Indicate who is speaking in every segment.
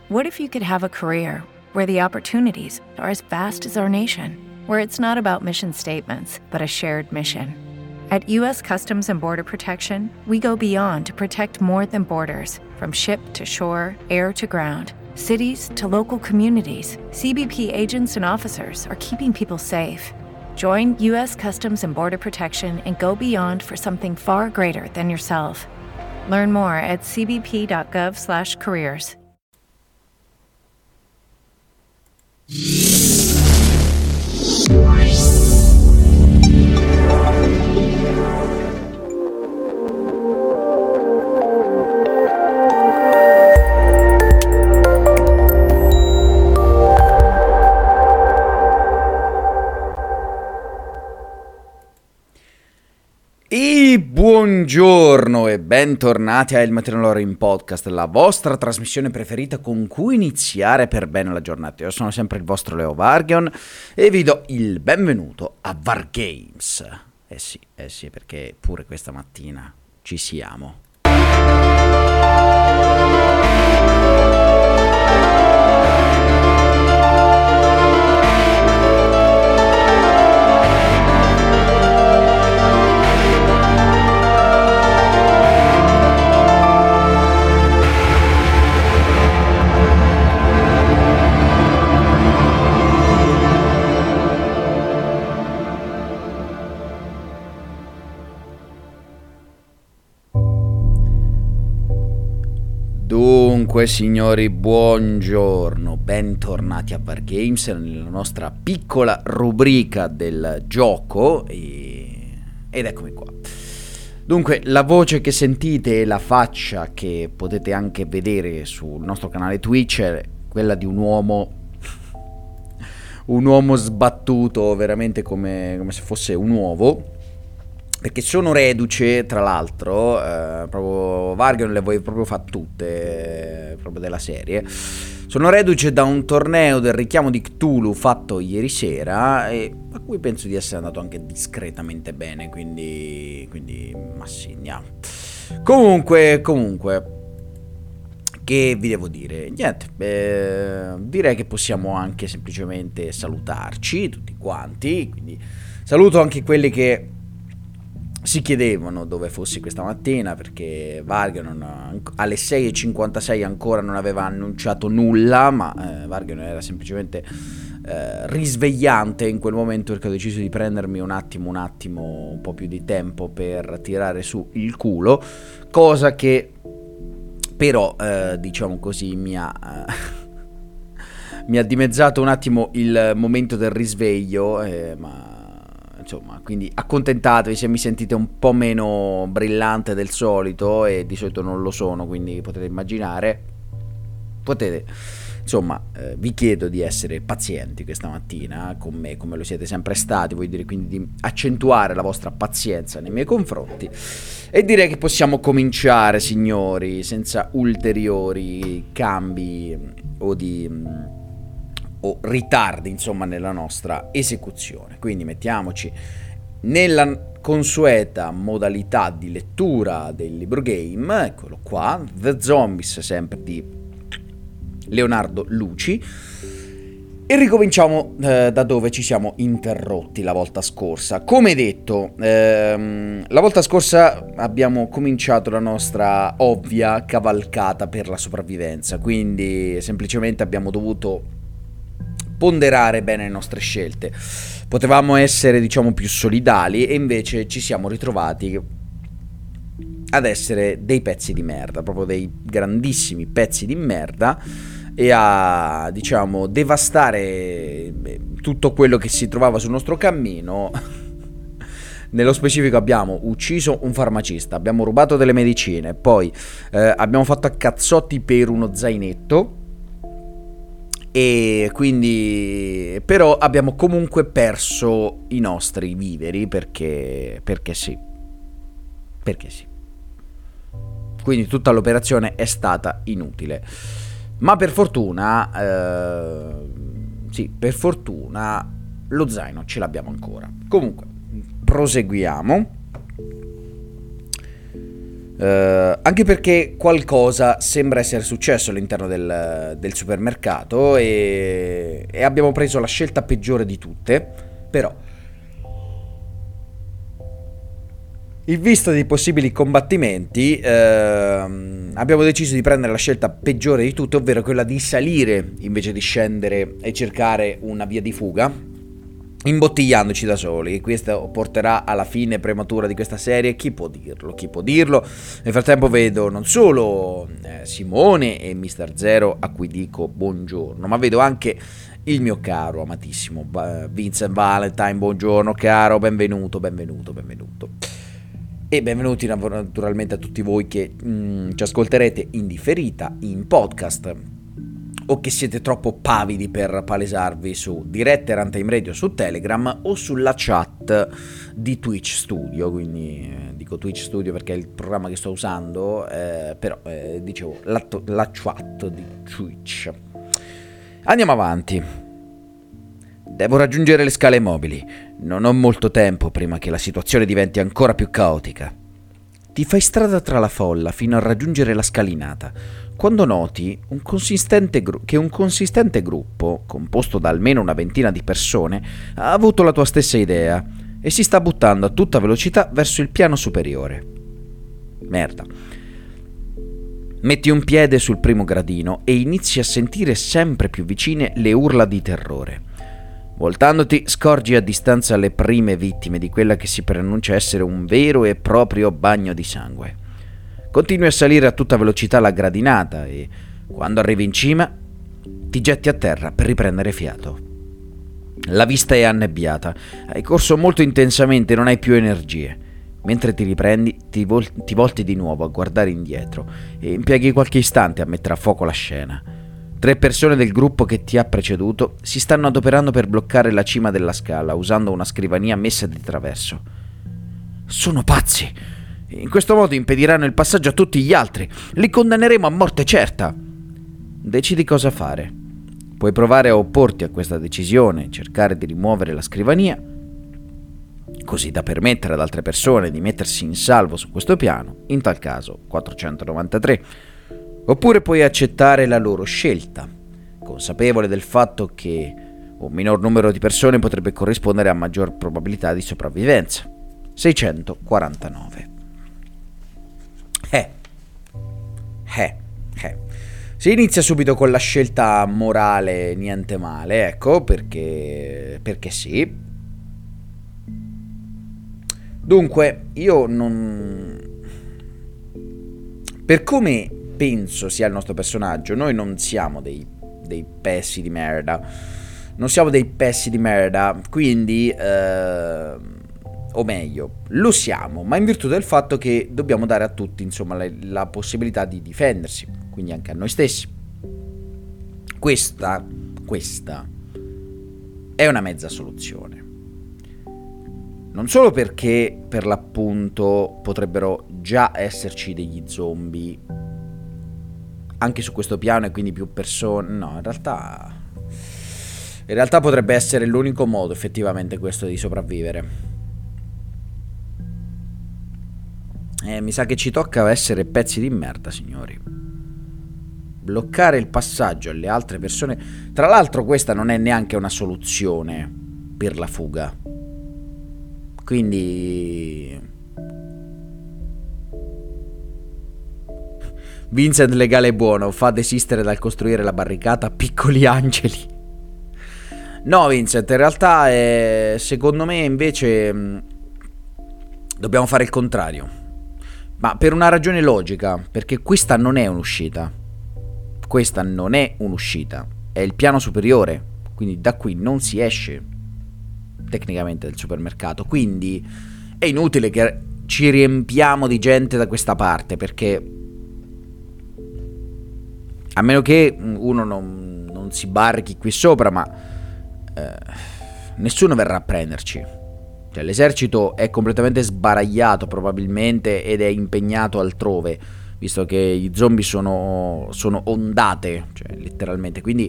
Speaker 1: What if you could have a career where the opportunities are as vast as our nation, where it's not about mission statements, but a shared mission? At U.S. Customs and Border Protection, we go beyond to protect more than borders. From ship to shore, air to ground, cities to local communities, CBP agents and officers are keeping people safe. Join U.S. Customs and Border Protection and go beyond for something far greater than yourself. Learn more at cbp.gov/careers.
Speaker 2: E buongiorno e bentornati a Il Mattino Lore in Podcast, la vostra trasmissione preferita con cui iniziare per bene la giornata. Io sono sempre il vostro Leo Vargion e vi do il benvenuto a Wargames. Eh sì, perché pure questa mattina ci siamo. Dunque signori, buongiorno, bentornati a Wargames nella nostra piccola rubrica del gioco ed eccomi qua. Dunque la voce che sentite e la faccia che potete anche vedere sul nostro canale Twitch è quella di un uomo sbattuto veramente come se fosse un uovo. Perché sono reduce, tra l'altro, proprio Vargon le voglio proprio fare tutte, proprio della serie. Sono reduce da un torneo del richiamo di Cthulhu fatto ieri sera e a cui penso di essere andato anche discretamente bene, quindi ma sì, andiamo. Comunque, che vi devo dire? Niente, direi che possiamo anche semplicemente salutarci tutti quanti, quindi saluto anche quelli che si chiedevano dove fossi questa mattina, perché Vargon alle 6:56 ancora non aveva annunciato nulla, ma Vargon era semplicemente risvegliante in quel momento, perché ho deciso di prendermi un attimo un po' più di tempo per tirare su il culo, cosa che però diciamo così mi ha dimezzato un attimo il momento del risveglio, ma insomma, quindi accontentatevi se mi sentite un po' meno brillante del solito, e di solito non lo sono, quindi potete immaginare, insomma, vi chiedo di essere pazienti questa mattina con me, come lo siete sempre stati, voglio dire, quindi di accentuare la vostra pazienza nei miei confronti, e direi che possiamo cominciare, signori, senza ulteriori cambi o ritardi, insomma, nella nostra esecuzione. Quindi mettiamoci nella consueta modalità di lettura del libro game, eccolo qua, The Zombies, sempre di Leonardo Luci, e ricominciamo da dove ci siamo interrotti la volta scorsa. Come detto, la volta scorsa abbiamo cominciato la nostra ovvia cavalcata per la sopravvivenza, quindi semplicemente abbiamo dovuto ponderare bene le nostre scelte. Potevamo essere, diciamo, più solidali, e invece ci siamo ritrovati ad essere dei pezzi di merda, proprio dei grandissimi pezzi di merda, e a, diciamo, devastare tutto quello che si trovava sul nostro cammino. Nello specifico abbiamo ucciso un farmacista, abbiamo rubato delle medicine, poi abbiamo fatto a cazzotti per uno zainetto, e quindi però abbiamo comunque perso i nostri viveri perché sì. Quindi tutta l'operazione è stata inutile, ma per fortuna lo zaino ce l'abbiamo ancora. Comunque proseguiamo. Anche perché qualcosa sembra essere successo all'interno del supermercato e abbiamo preso la scelta peggiore di tutte, però in vista dei possibili combattimenti abbiamo deciso di prendere la scelta peggiore di tutte, ovvero quella di salire invece di scendere e cercare una via di fuga, imbottigliandoci da soli. Questo porterà alla fine prematura di questa serie. Chi può dirlo? Nel frattempo vedo non solo Simone e Mr. Zero, a cui dico buongiorno, ma vedo anche il mio caro, amatissimo Vincent Valentine. Buongiorno caro, benvenuto. E benvenuti naturalmente a tutti voi che ci ascolterete in differita, in podcast, o che siete troppo pavidi per palesarvi su Dirette Runtime Radio su Telegram o sulla chat di Twitch Studio. Quindi dico Twitch Studio perché è il programma che sto usando, però dicevo la chat di Twitch. Andiamo avanti. Devo raggiungere le scale mobili. Non ho molto tempo prima che la situazione diventi ancora più caotica. Ti fai strada tra la folla fino a raggiungere la scalinata, quando noti che un consistente gruppo, composto da almeno una ventina di persone, ha avuto la tua stessa idea e si sta buttando a tutta velocità verso il piano superiore. Merda. Metti un piede sul primo gradino e inizi a sentire sempre più vicine le urla di terrore. Voltandoti, scorgi a distanza le prime vittime di quella che si preannuncia essere un vero e proprio bagno di sangue. Continui a salire a tutta velocità la gradinata e, quando arrivi in cima, ti getti a terra per riprendere fiato. La vista è annebbiata, hai corso molto intensamente e non hai più energie. Mentre ti riprendi, ti volti di nuovo a guardare indietro e impieghi qualche istante a mettere a fuoco la scena. 3 persone del gruppo che ti ha preceduto si stanno adoperando per bloccare la cima della scala usando una scrivania messa di traverso. Sono pazzi! In questo modo impediranno il passaggio a tutti gli altri. Li condanneremo a morte certa. Decidi cosa fare. Puoi provare a opporti a questa decisione, cercare di rimuovere la scrivania, così da permettere ad altre persone di mettersi in salvo su questo piano, in tal caso 493. Oppure puoi accettare la loro scelta, consapevole del fatto che un minor numero di persone potrebbe corrispondere a maggior probabilità di sopravvivenza. 649. Si inizia subito con la scelta morale, niente male, ecco, perché sì. Dunque, io non... Per come penso sia il nostro personaggio, noi non siamo dei pessi di merda. Non siamo dei pessi di merda, quindi... o meglio, lo siamo, ma in virtù del fatto che dobbiamo dare a tutti, insomma, la possibilità di difendersi, quindi anche a noi stessi. Questa è una mezza soluzione. Non solo perché, per l'appunto, potrebbero già esserci degli zombie anche su questo piano e quindi più persone. No, in realtà potrebbe essere l'unico modo, effettivamente, questo di sopravvivere. Mi sa che ci tocca essere pezzi di merda, signori. Bloccare il passaggio alle altre persone. Tra l'altro questa non è neanche una soluzione per la fuga. Quindi... Vincent legale e buono fa desistere dal costruire la barricata piccoli angeli. No, Vincent, in realtà secondo me invece dobbiamo fare il contrario. Ma per una ragione logica, perché questa non è un'uscita. Questa non è un'uscita, è il piano superiore, quindi da qui non si esce tecnicamente dal supermercato, quindi è inutile che ci riempiamo di gente da questa parte, perché a meno che uno non si barrichi qui sopra, ma nessuno verrà a prenderci. Cioè, l'esercito è completamente sbaragliato probabilmente ed è impegnato altrove, visto che gli zombie sono ondate, cioè letteralmente, quindi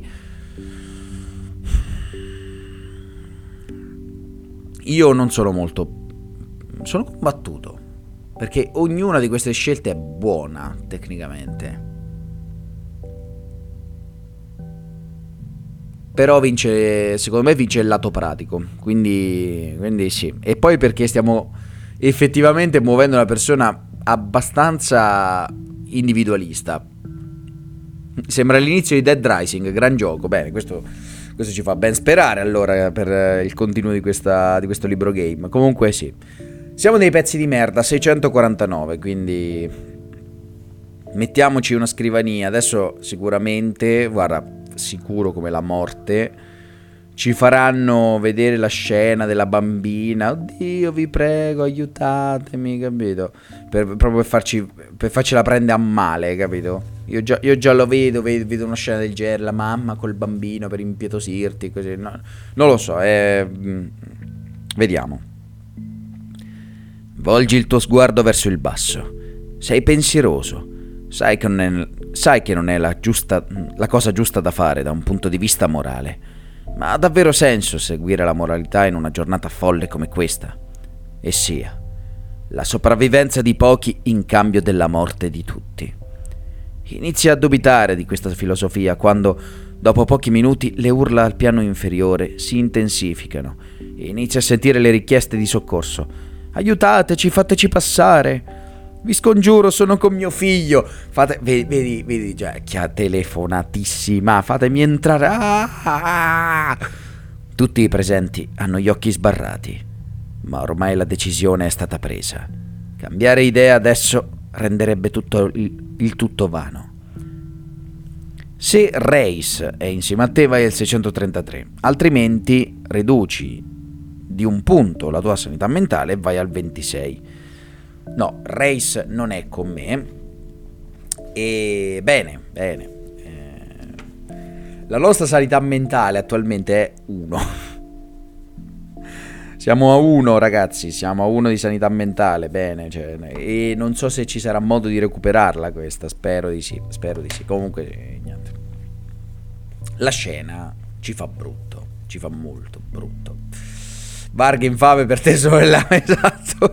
Speaker 2: io non sono molto... sono combattuto. perché ognuna di queste scelte è buona tecnicamente. Però secondo me vince il lato pratico, quindi sì. E poi perché stiamo effettivamente muovendo una persona abbastanza individualista. Sembra l'inizio di Dead Rising, gran gioco. Bene, questo ci fa ben sperare allora per il continuo di questo libro game. Comunque sì, siamo dei pezzi di merda, 649, quindi mettiamoci una scrivania. Adesso sicuramente, guarda, sicuro come la morte, ci faranno vedere la scena della bambina. Oddio, vi prego, aiutatemi, capito? Proprio per farcela prendere a male, capito? Io già lo vedo una scena del genere, la mamma col bambino per impietosirti, così. No, non lo so, vediamo. Volgi il tuo sguardo verso il basso. Sei pensieroso. Sai che non è la cosa giusta da fare da un punto di vista morale. Ma ha davvero senso seguire la moralità in una giornata folle come questa? E sia la sopravvivenza di pochi in cambio della morte di tutti. Inizi a dubitare di questa filosofia quando, dopo pochi minuti, le urla al piano inferiore si intensificano e inizi a sentire le richieste di soccorso. Aiutateci, fateci passare. Vi scongiuro, sono con mio figlio. Vedi già, telefonatissima. Fatemi entrare. Tutti i presenti hanno gli occhi sbarrati, ma ormai la decisione è stata presa. Cambiare idea adesso renderebbe il tutto vano. Se Reis è insieme a te vai al 633, altrimenti riduci di un punto la tua sanità mentale e vai al 26. No, Reis non è con me. E bene. La nostra sanità mentale attualmente è 1. Siamo a 1, ragazzi, siamo a 1 di sanità mentale, bene, e non so se ci sarà modo di recuperarla questa, spero di sì. Comunque, niente. La scena ci fa molto brutto. Varga infame per te, sorella, esatto.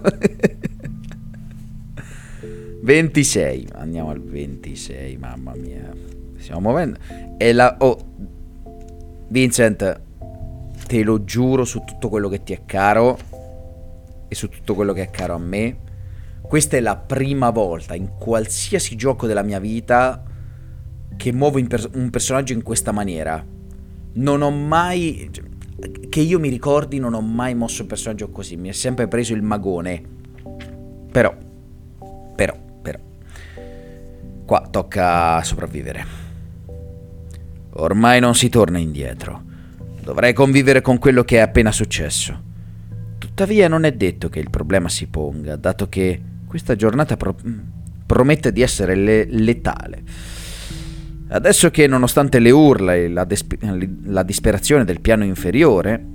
Speaker 2: 26, andiamo al 26, mamma mia, stiamo muovendo. Vincent, te lo giuro su tutto quello che ti è caro e su tutto quello che è caro a me, questa è la prima volta in qualsiasi gioco della mia vita che muovo un personaggio in questa maniera. Non ho mai, che io mi ricordi, non ho mai mosso un personaggio così, mi è sempre preso il magone. Però qua tocca sopravvivere. Ormai non si torna indietro. Dovrei convivere con quello che è appena successo. Tuttavia non è detto che il problema si ponga, dato che questa giornata promette di essere letale. Adesso che, nonostante le urla e la disperazione del piano inferiore,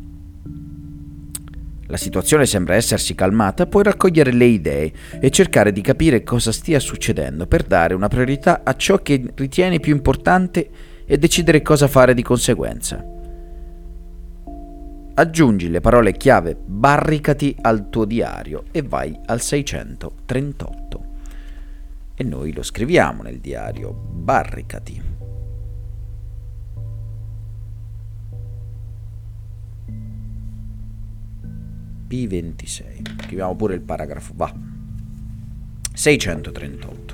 Speaker 2: la situazione sembra essersi calmata, puoi raccogliere le idee e cercare di capire cosa stia succedendo per dare una priorità a ciò che ritieni più importante e decidere cosa fare di conseguenza. Aggiungi le parole chiave barricati al tuo diario e vai al 638. E noi lo scriviamo nel diario, barricati. P26. Scriviamo pure il paragrafo, va. 638.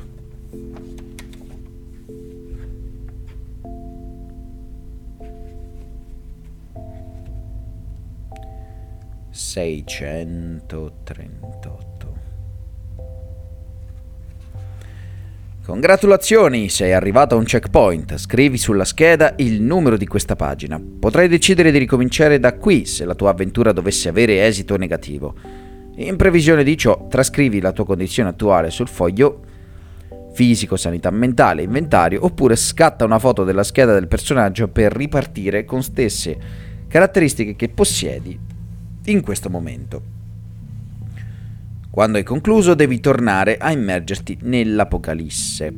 Speaker 2: Congratulazioni, sei arrivato a un checkpoint. Scrivi sulla scheda il numero di questa pagina. Potrai decidere di ricominciare da qui se la tua avventura dovesse avere esito negativo. In previsione di ciò, trascrivi la tua condizione attuale sul foglio fisico, sanità mentale, inventario, oppure scatta una foto della scheda del personaggio per ripartire con stesse caratteristiche che possiedi in questo momento. Quando hai concluso devi tornare a immergerti nell'Apocalisse.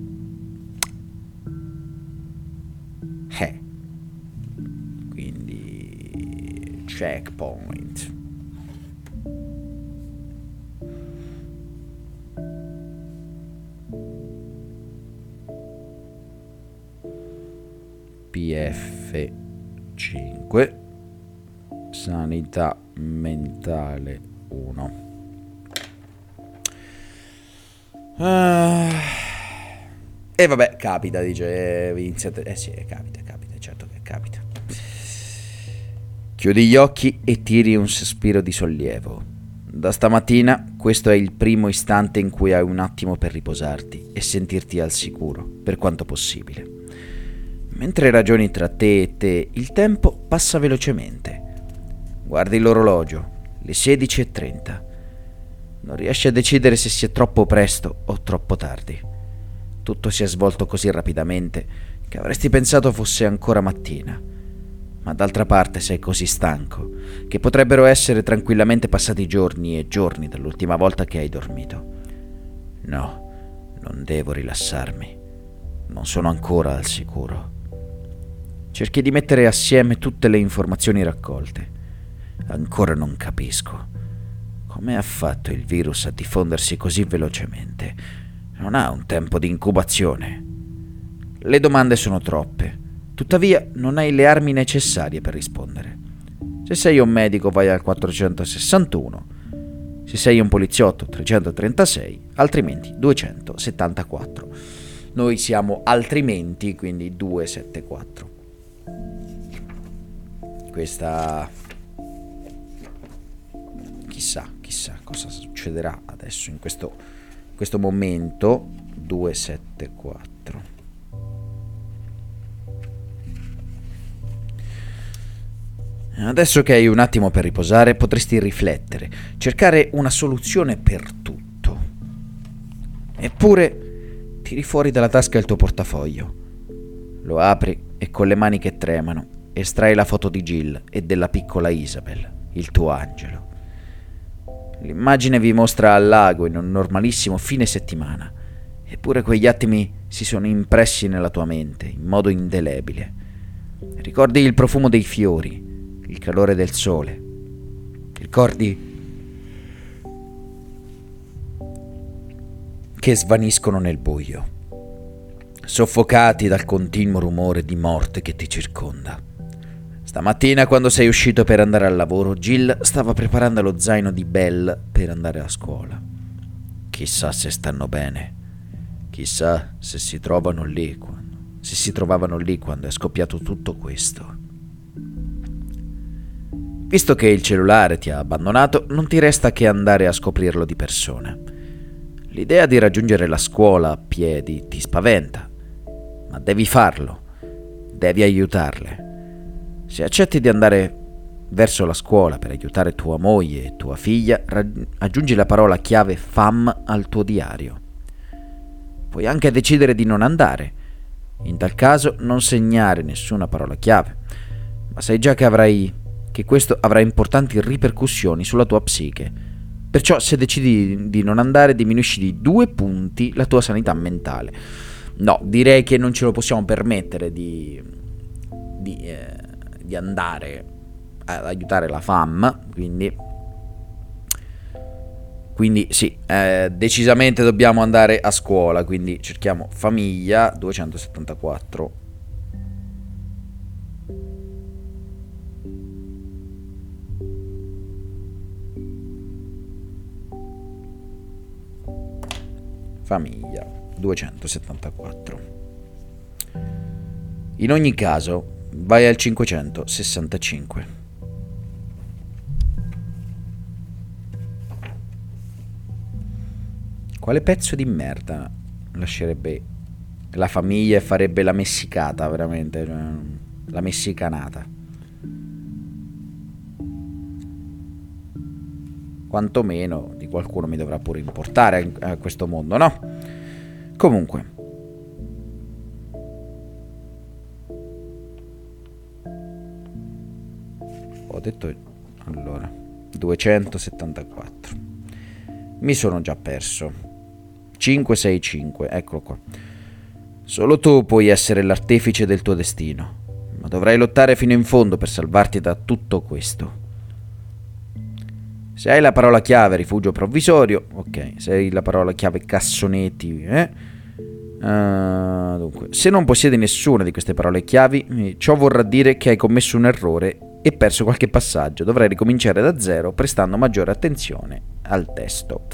Speaker 2: Quindi checkpoint. PF5, sanità mentale 1. E vabbè, capita, dice Vincent. Sì, capita, certo che capita. Chiudi gli occhi e tiri un sospiro di sollievo. Da stamattina questo è il primo istante in cui hai un attimo per riposarti e sentirti al sicuro, per quanto possibile. Mentre ragioni tra te e te, il tempo passa velocemente. Guardi l'orologio, le 16:30. Non riesci a decidere se sia troppo presto o troppo tardi. Tutto si è svolto così rapidamente che avresti pensato fosse ancora mattina. Ma d'altra parte sei così stanco che potrebbero essere tranquillamente passati giorni e giorni dall'ultima volta che hai dormito. No, non devo rilassarmi. Non sono ancora al sicuro. Cerchi di mettere assieme tutte le informazioni raccolte. Ancora non capisco. Come ha fatto il virus a diffondersi così velocemente? Non ha un tempo di incubazione. Le domande sono troppe. Tuttavia non hai le armi necessarie per rispondere. Se sei un medico vai al 461, se sei un poliziotto 336, altrimenti 274. Noi siamo altrimenti, quindi 274. Questa... Chissà cosa succederà adesso in questo momento. 274. Adesso che hai un attimo per riposare, potresti riflettere, cercare una soluzione per tutto. Eppure tiri fuori dalla tasca il tuo portafoglio. Lo apri e con le mani che tremano estrai la foto di Jill e della piccola Isabel, il tuo angelo. L'immagine vi mostra al lago in un normalissimo fine settimana, eppure quegli attimi si sono impressi nella tua mente in modo indelebile. Ricordi il profumo dei fiori, il calore del sole. Ricordi che svaniscono nel buio, soffocati dal continuo rumore di morte che ti circonda. Stamattina, quando sei uscito per andare al lavoro, Jill stava preparando lo zaino di Belle per andare a scuola. Chissà se stanno bene. Chissà se si trovavano lì quando è scoppiato tutto questo. Visto che il cellulare ti ha abbandonato, non ti resta che andare a scoprirlo di persona. L'idea di raggiungere la scuola a piedi ti spaventa, ma devi farlo. Devi aiutarle. Se accetti di andare verso la scuola per aiutare tua moglie e tua figlia, aggiungi la parola chiave FAM al tuo diario. Puoi anche decidere di non andare. In tal caso non segnare nessuna parola chiave, ma sai già che questo avrà importanti ripercussioni sulla tua psiche. Perciò se decidi di non andare, diminuisci di 2 punti la tua sanità mentale. No, direi che non ce lo possiamo permettere di andare ad aiutare la fam, quindi sì, decisamente dobbiamo andare a scuola, quindi cerchiamo famiglia 274. Famiglia 274. In ogni caso vai al 565. Quale pezzo di merda lascerebbe la famiglia e farebbe la messicata, veramente, cioè, la messicanata. Quantomeno di qualcuno mi dovrà pure importare a questo mondo, no? Comunque, ho detto, allora, 274. Mi sono già perso. 565, eccolo qua. Solo tu puoi essere l'artefice del tuo destino, ma dovrai lottare fino in fondo per salvarti da tutto questo. Se hai la parola chiave rifugio provvisorio, ok. Se hai la parola chiave cassonetti, Dunque, se non possiedi nessuna di queste parole chiavi, ciò vorrà dire che hai commesso un errore e perso qualche passaggio. Dovrai ricominciare da zero prestando maggiore attenzione al testo.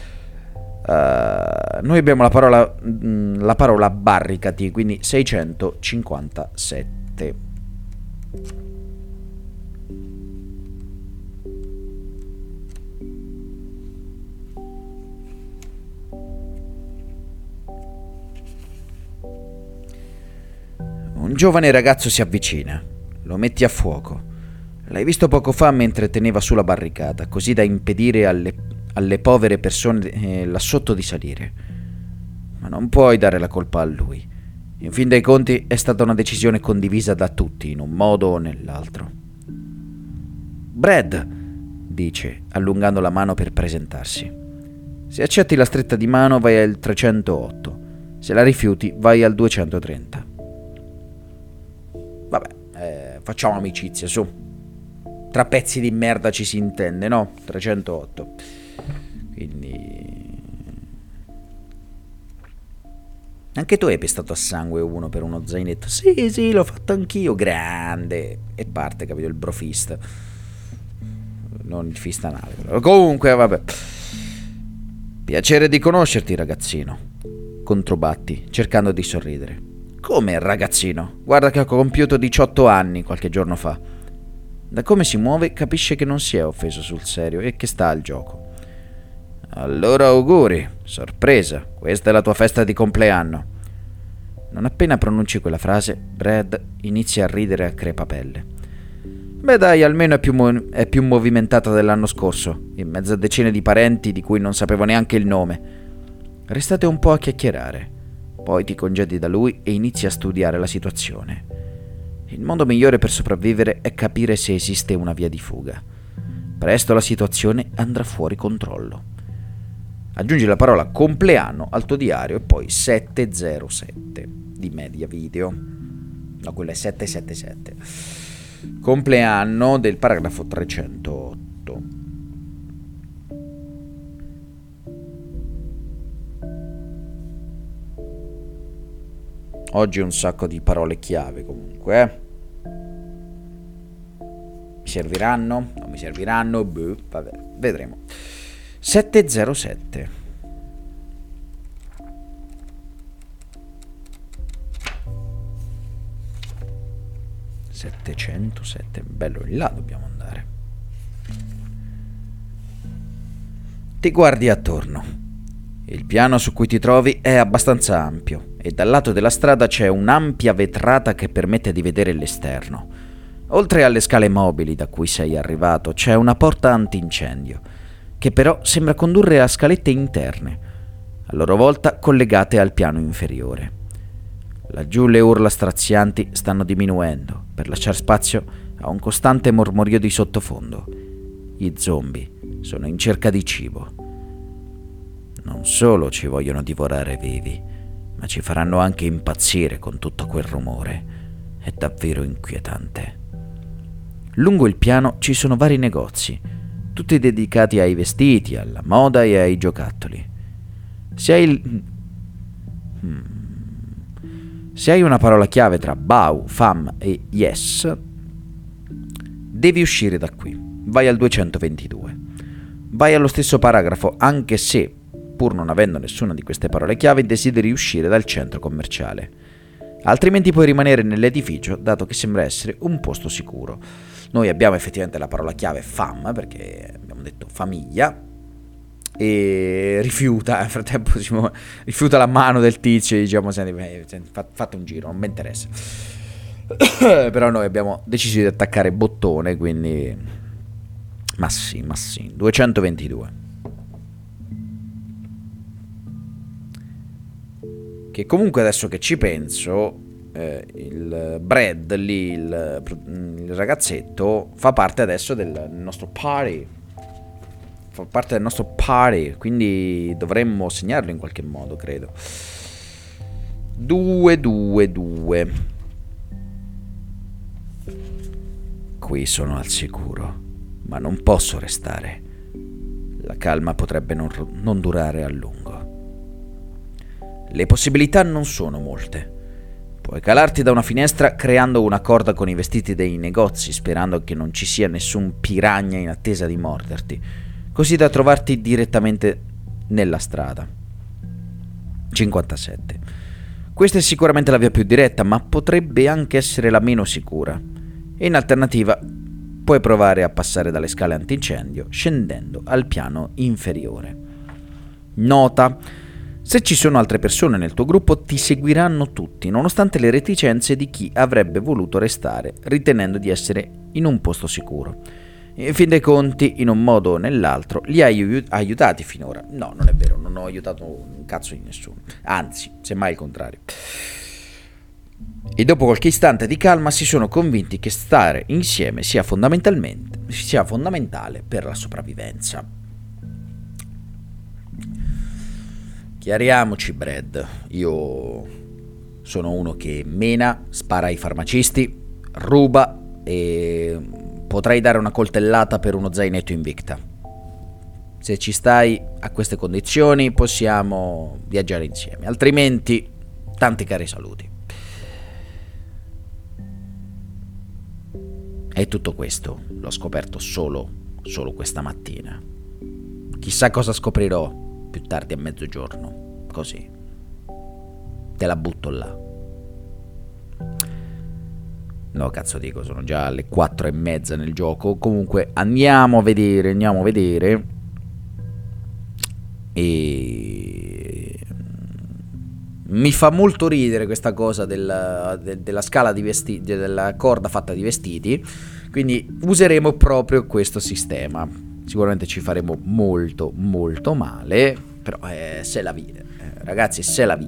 Speaker 2: Noi abbiamo la parola barricati, quindi 657. Un giovane ragazzo si avvicina, lo metti a fuoco. L'hai visto poco fa mentre teneva sulla barricata, così da impedire alle povere persone là sotto di salire. Ma non puoi dare la colpa a lui. In fin dei conti è stata una decisione condivisa da tutti, in un modo o nell'altro. Brad, dice, allungando la mano per presentarsi. Se accetti la stretta di mano vai al 308, se la rifiuti vai al 230. Vabbè, facciamo amicizia, su. Tra pezzi di merda ci si intende, no? 308. Quindi... Anche tu hai pestato a sangue uno per uno zainetto? Sì, l'ho fatto anch'io, grande. E parte, capito, il brofist. Non il fist anale. Comunque, vabbè. Piacere di conoscerti, ragazzino. Controbatti, cercando di sorridere. Come ragazzino? Guarda che ho compiuto 18 anni qualche giorno fa. Da come si muove capisce che non si è offeso sul serio e che sta al gioco. Allora auguri, sorpresa, questa è la tua festa di compleanno. Non appena pronunci quella frase, Brad inizia a ridere a crepapelle. Beh dai, almeno è più movimentata dell'anno scorso, in mezzo a decine di parenti di cui non sapevo neanche il nome. Restate un po' a chiacchierare. Poi ti congedi da lui e inizi a studiare la situazione. Il modo migliore per sopravvivere è capire se esiste una via di fuga. Presto la situazione andrà fuori controllo. Aggiungi la parola compleanno al tuo diario e poi 707 di media video. No, quello è 777. Compleanno del paragrafo 308. Oggi un sacco di parole chiave comunque, Mi serviranno? Non mi serviranno? Boh, vabbè, vedremo. 707. Bello, in là dobbiamo andare. Ti guardi attorno. Il piano su cui ti trovi è abbastanza ampio e dal lato della strada c'è un'ampia vetrata che permette di vedere l'esterno. Oltre alle scale mobili da cui sei arrivato c'è una porta antincendio che però sembra condurre a scalette interne, a loro volta collegate al piano inferiore. Laggiù le urla strazianti stanno diminuendo per lasciare spazio a un costante mormorio di sottofondo. Gli zombie sono in cerca di cibo. Non solo ci vogliono divorare vivi, ma ci faranno anche impazzire con tutto quel rumore. È davvero inquietante. Lungo il piano ci sono vari negozi, tutti dedicati ai vestiti, alla moda e ai giocattoli. Se hai una parola chiave tra Bau, Fam e Yes, devi uscire da qui. Vai al 222. Vai allo stesso paragrafo, anche se, pur non avendo nessuna di queste parole chiave, desideri uscire dal centro commerciale. Altrimenti puoi rimanere nell'edificio, dato che sembra essere un posto sicuro. Noi abbiamo effettivamente la parola chiave fam, perché abbiamo detto famiglia, e rifiuta, nel frattempo rifiuta la mano del tizio e diciamo, fate un giro, non mi interessa. Però noi abbiamo deciso di attaccare bottone, quindi ma sì, 222. Che comunque adesso che ci penso, il Brad lì, il ragazzetto, fa parte adesso del nostro party. Fa parte del nostro party, quindi dovremmo segnarlo in qualche modo, credo. 222. Qui sono al sicuro, ma non posso restare. La calma potrebbe non durare a lungo. Le possibilità non sono molte. Puoi calarti da una finestra creando una corda con i vestiti dei negozi, sperando che non ci sia nessun piranha in attesa di morderti, così da trovarti direttamente nella strada. 57. Questa è sicuramente la via più diretta, ma potrebbe anche essere la meno sicura. In alternativa, puoi provare a passare dalle scale antincendio scendendo al piano inferiore. Nota: se ci sono altre persone nel tuo gruppo ti seguiranno tutti, nonostante le reticenze di chi avrebbe voluto restare, ritenendo di essere in un posto sicuro. In fin dei conti, in un modo o nell'altro, li hai aiutati finora. No, non è vero, non ho aiutato un cazzo di nessuno. Anzi, semmai il contrario. E dopo qualche istante di calma si sono convinti che stare insieme sia fondamentale per la sopravvivenza. Chiariamoci, Brad. Io sono uno che mena, spara ai farmacisti, ruba e potrei dare una coltellata per uno zainetto Invicta. Se ci stai a queste condizioni possiamo viaggiare insieme, altrimenti tanti cari saluti. E tutto questo l'ho scoperto solo questa mattina. Chissà cosa scoprirò più tardi a mezzogiorno, così. Te la butto là. No, cazzo dico, sono già alle 4:30 nel gioco. Comunque andiamo a vedere. E mi fa molto ridere questa cosa della scala di vestiti, della corda fatta di vestiti. Quindi useremo proprio questo sistema. Sicuramente ci faremo molto molto male, però c'est la vie, ragazzi, c'est la vie.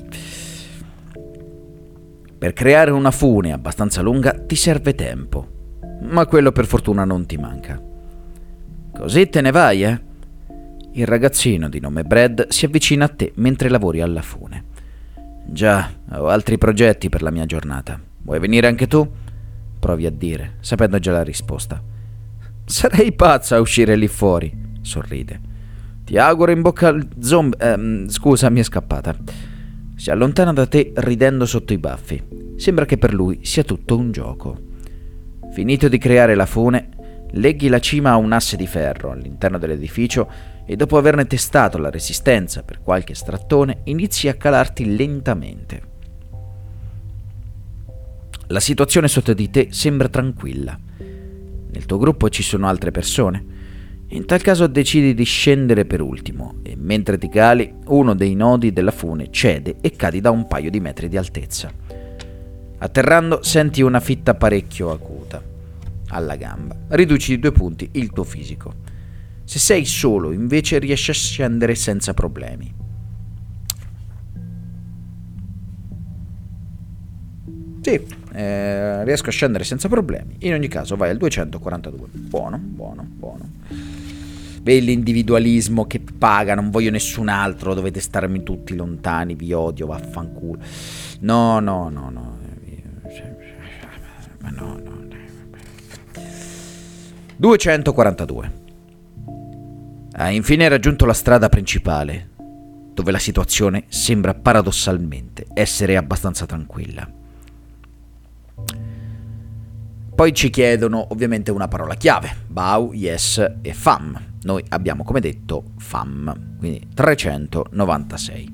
Speaker 2: Per creare una fune abbastanza lunga ti serve tempo, ma quello per fortuna non ti manca. Così te ne vai, eh? Il ragazzino di nome Brad si avvicina a te mentre lavori alla fune. Già, ho altri progetti per la mia giornata. Vuoi venire anche tu? Provi a dire, sapendo già la risposta. Sarei pazza a uscire lì fuori, sorride. Ti auguro in bocca al zombie. Scusa, mi è scappata. Si allontana da te ridendo sotto i baffi. Sembra che per lui sia tutto un gioco. Finito di creare la fune, leghi la cima a un asse di ferro all'interno dell'edificio e dopo averne testato la resistenza per qualche strattone, inizi a calarti lentamente. La situazione sotto di te sembra tranquilla. Nel tuo gruppo ci sono altre persone? In tal caso decidi di scendere per ultimo e mentre ti cali, uno dei nodi della fune cede e cadi da un paio di metri di altezza. Atterrando senti una fitta parecchio acuta alla gamba. Riduci di 2 punti il tuo fisico. Se sei solo, invece, riesci a scendere senza problemi. Sì, riesco a scendere senza problemi. In ogni caso vai al 242. Buono. Vedi l'individualismo che paga, non voglio nessun altro, dovete starmi tutti lontani, vi odio, vaffanculo. No. Ma no. 242. Hai infine raggiunto la strada principale, dove la situazione sembra paradossalmente essere abbastanza tranquilla. Poi ci chiedono ovviamente una parola chiave: Bau, Yes e Fam. Noi abbiamo come detto Fam, quindi 396.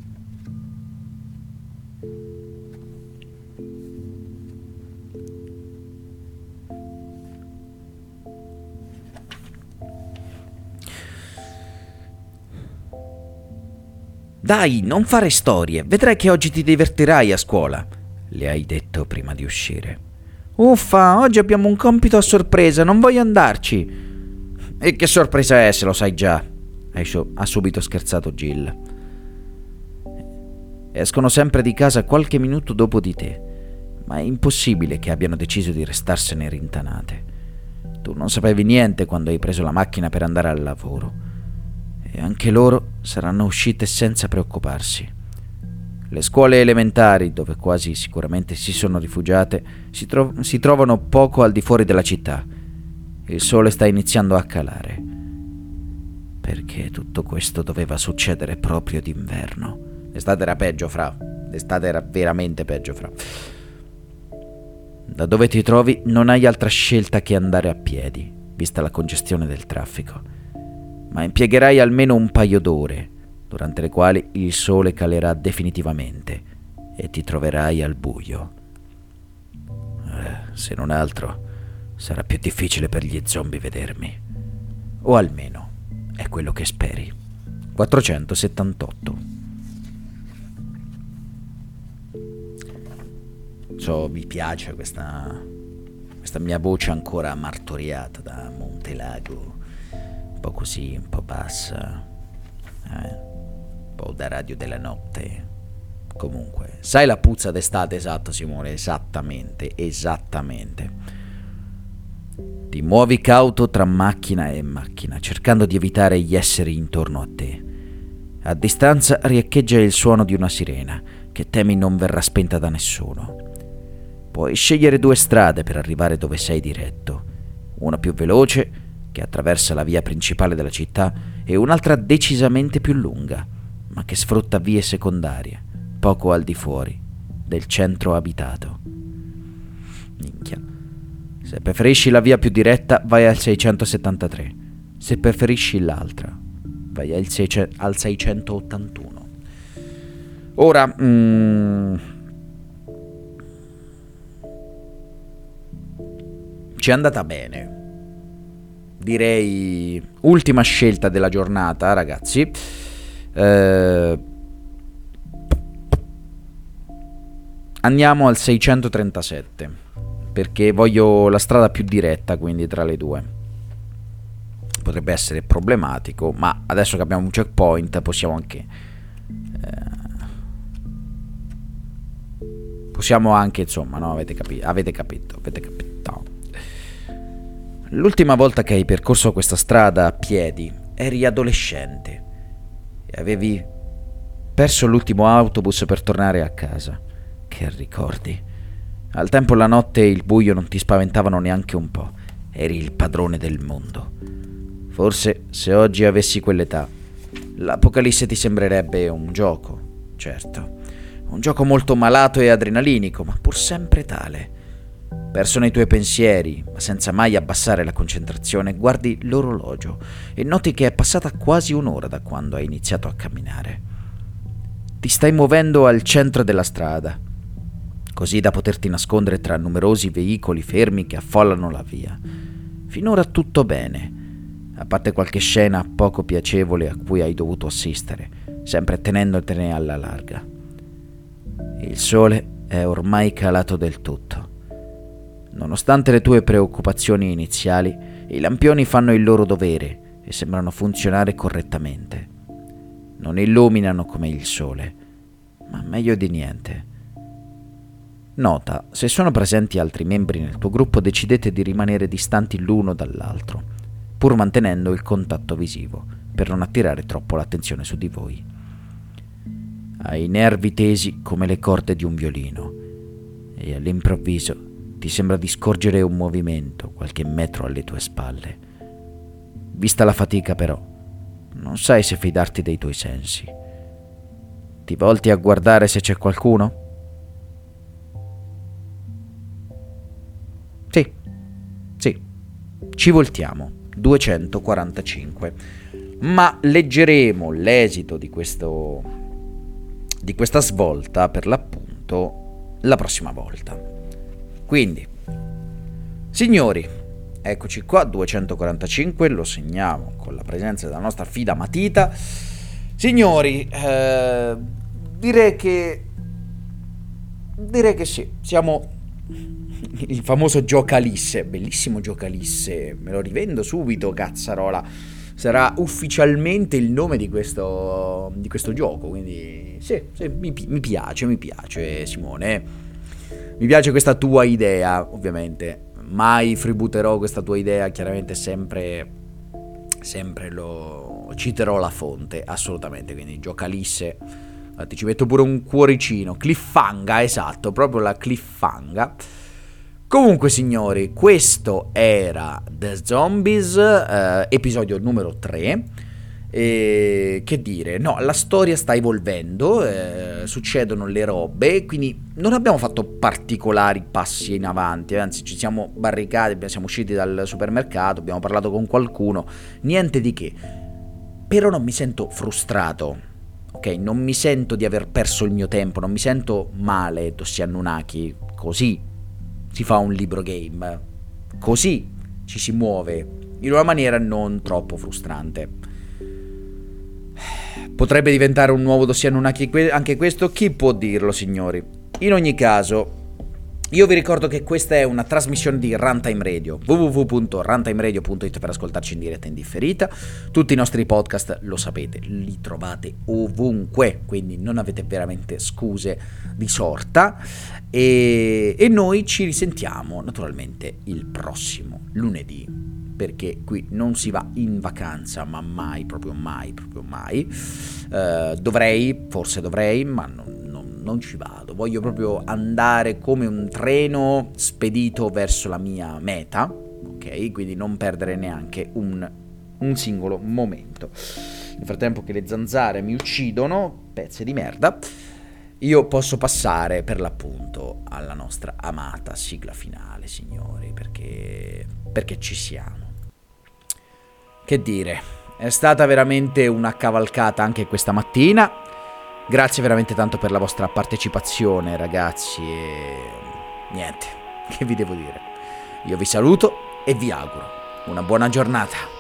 Speaker 2: Dai, non fare storie, vedrai che oggi ti divertirai a scuola, le hai detto prima di uscire. Uffa, oggi abbiamo un compito a sorpresa, non voglio andarci. E che sorpresa è se lo sai già? Ha subito scherzato Jill. Escono sempre di casa qualche minuto dopo di te, ma è impossibile che abbiano deciso di restarsene rintanate. Tu non sapevi niente quando hai preso la macchina per andare al lavoro. E anche loro saranno uscite senza preoccuparsi. Le scuole elementari, dove quasi sicuramente si sono rifugiate, si trovano poco al di fuori della città. Il sole sta iniziando a calare. Perché tutto questo doveva succedere proprio d'inverno? L'estate era peggio, fra. L'estate era veramente peggio, fra. Da dove ti trovi non hai altra scelta che andare a piedi, vista la congestione del traffico. Ma impiegherai almeno un paio d'ore, durante le quali il sole calerà definitivamente e ti troverai al buio. Se non altro, sarà più difficile per gli zombie vedermi. O almeno è quello che speri. 478. Vi piace questa mia voce ancora martoriata da Montelago, un po' così, un po' bassa, un po' da radio della notte. Comunque, sai la puzza d'estate, esatto Simone, esattamente. Ti muovi cauto tra macchina e macchina, cercando di evitare gli esseri intorno a te. A distanza riecheggia il suono di una sirena, che temi non verrà spenta da nessuno. Puoi scegliere 2 strade per arrivare dove sei diretto, una più veloce, che attraversa la via principale della città, e un'altra decisamente più lunga, ma che sfrutta vie secondarie, poco al di fuori del centro abitato. Minchia. Se preferisci la via più diretta, vai al 673. Se preferisci l'altra, vai al 681. Ora, ci è andata bene. Direi ultima scelta della giornata, ragazzi. Andiamo al 637, perché voglio la strada più diretta, quindi tra le due. Potrebbe essere problematico, ma adesso che abbiamo un checkpoint possiamo anche insomma, no, avete capito. L'ultima volta che hai percorso questa strada a piedi eri adolescente e avevi perso l'ultimo autobus per tornare a casa. Che ricordi? Al tempo la notte e il buio non ti spaventavano neanche un po'. Eri il padrone del mondo. Forse se oggi avessi quell'età, l'Apocalisse ti sembrerebbe un gioco, certo. Un gioco molto malato e adrenalinico, ma pur sempre tale. Perso nei tuoi pensieri, ma senza mai abbassare la concentrazione, guardi l'orologio e noti che è passata quasi un'ora da quando hai iniziato a camminare. Ti stai muovendo al centro della strada, così da poterti nascondere tra numerosi veicoli fermi che affollano la via. Finora tutto bene, a parte qualche scena poco piacevole a cui hai dovuto assistere, sempre tenendotene alla larga. Il sole è ormai calato del tutto. Nonostante le tue preoccupazioni iniziali, i lampioni fanno il loro dovere e sembrano funzionare correttamente. Non illuminano come il sole, ma meglio di niente. Nota, se sono presenti altri membri nel tuo gruppo, decidete di rimanere distanti l'uno dall'altro, pur mantenendo il contatto visivo, per non attirare troppo l'attenzione su di voi. Hai i nervi tesi come le corde di un violino, e all'improvviso ti sembra di scorgere un movimento qualche metro alle tue spalle. Vista la fatica, però, non sai se fidarti dei tuoi sensi. Ti volti a guardare se c'è qualcuno? Sì, ci voltiamo. 245. Ma leggeremo l'esito di questa svolta, per l'appunto, la prossima volta. Quindi, signori, eccoci qua, 245, lo segniamo con la presenza della nostra fida matita. Signori, direi che sì, siamo il famoso Giocalisse, bellissimo Giocalisse, me lo rivendo subito, cazzarola. Sarà ufficialmente il nome di questo gioco, quindi sì, mi piace Simone. Mi piace questa tua idea, ovviamente. Mai freebooterò questa tua idea, chiaramente sempre lo citerò la fonte, assolutamente. Quindi Giocalisse, infatti ci metto pure un cuoricino, cliffanga, esatto, proprio la cliffanga. Comunque signori, questo era The Zombies, episodio numero 3. E che dire, no, la storia sta evolvendo, succedono le robe, quindi non abbiamo fatto particolari passi in avanti, anzi ci siamo barricati, siamo usciti dal supermercato, abbiamo parlato con qualcuno, niente di che. Però non mi sento frustrato, ok? Non mi sento di aver perso il mio tempo, non mi sento male, Tossi Anunnaki. Così si fa un libro game, così ci si muove, in una maniera non troppo frustrante. Potrebbe diventare un nuovo Tossi Anunnaki anche questo, chi può dirlo, signori? In ogni caso, io vi ricordo che questa è una trasmissione di Runtime Radio, www.runtimeradio.it per ascoltarci in diretta e in differita. Tutti i nostri podcast, lo sapete, li trovate ovunque, quindi non avete veramente scuse di sorta. E noi ci risentiamo naturalmente il prossimo lunedì, perché qui non si va in vacanza, ma mai, proprio mai. Forse dovrei, ma non ci vado. Voglio proprio andare come un treno spedito verso la mia meta, ok? Quindi non perdere neanche un singolo momento. Nel frattempo che le zanzare mi uccidono, pezzi di merda, io posso passare per l'appunto alla nostra amata sigla finale, signori, perché ci siamo. Che dire, è stata veramente una cavalcata anche questa mattina. Grazie veramente tanto per la vostra partecipazione, ragazzi, e niente, che vi devo dire. Io vi saluto e vi auguro una buona giornata.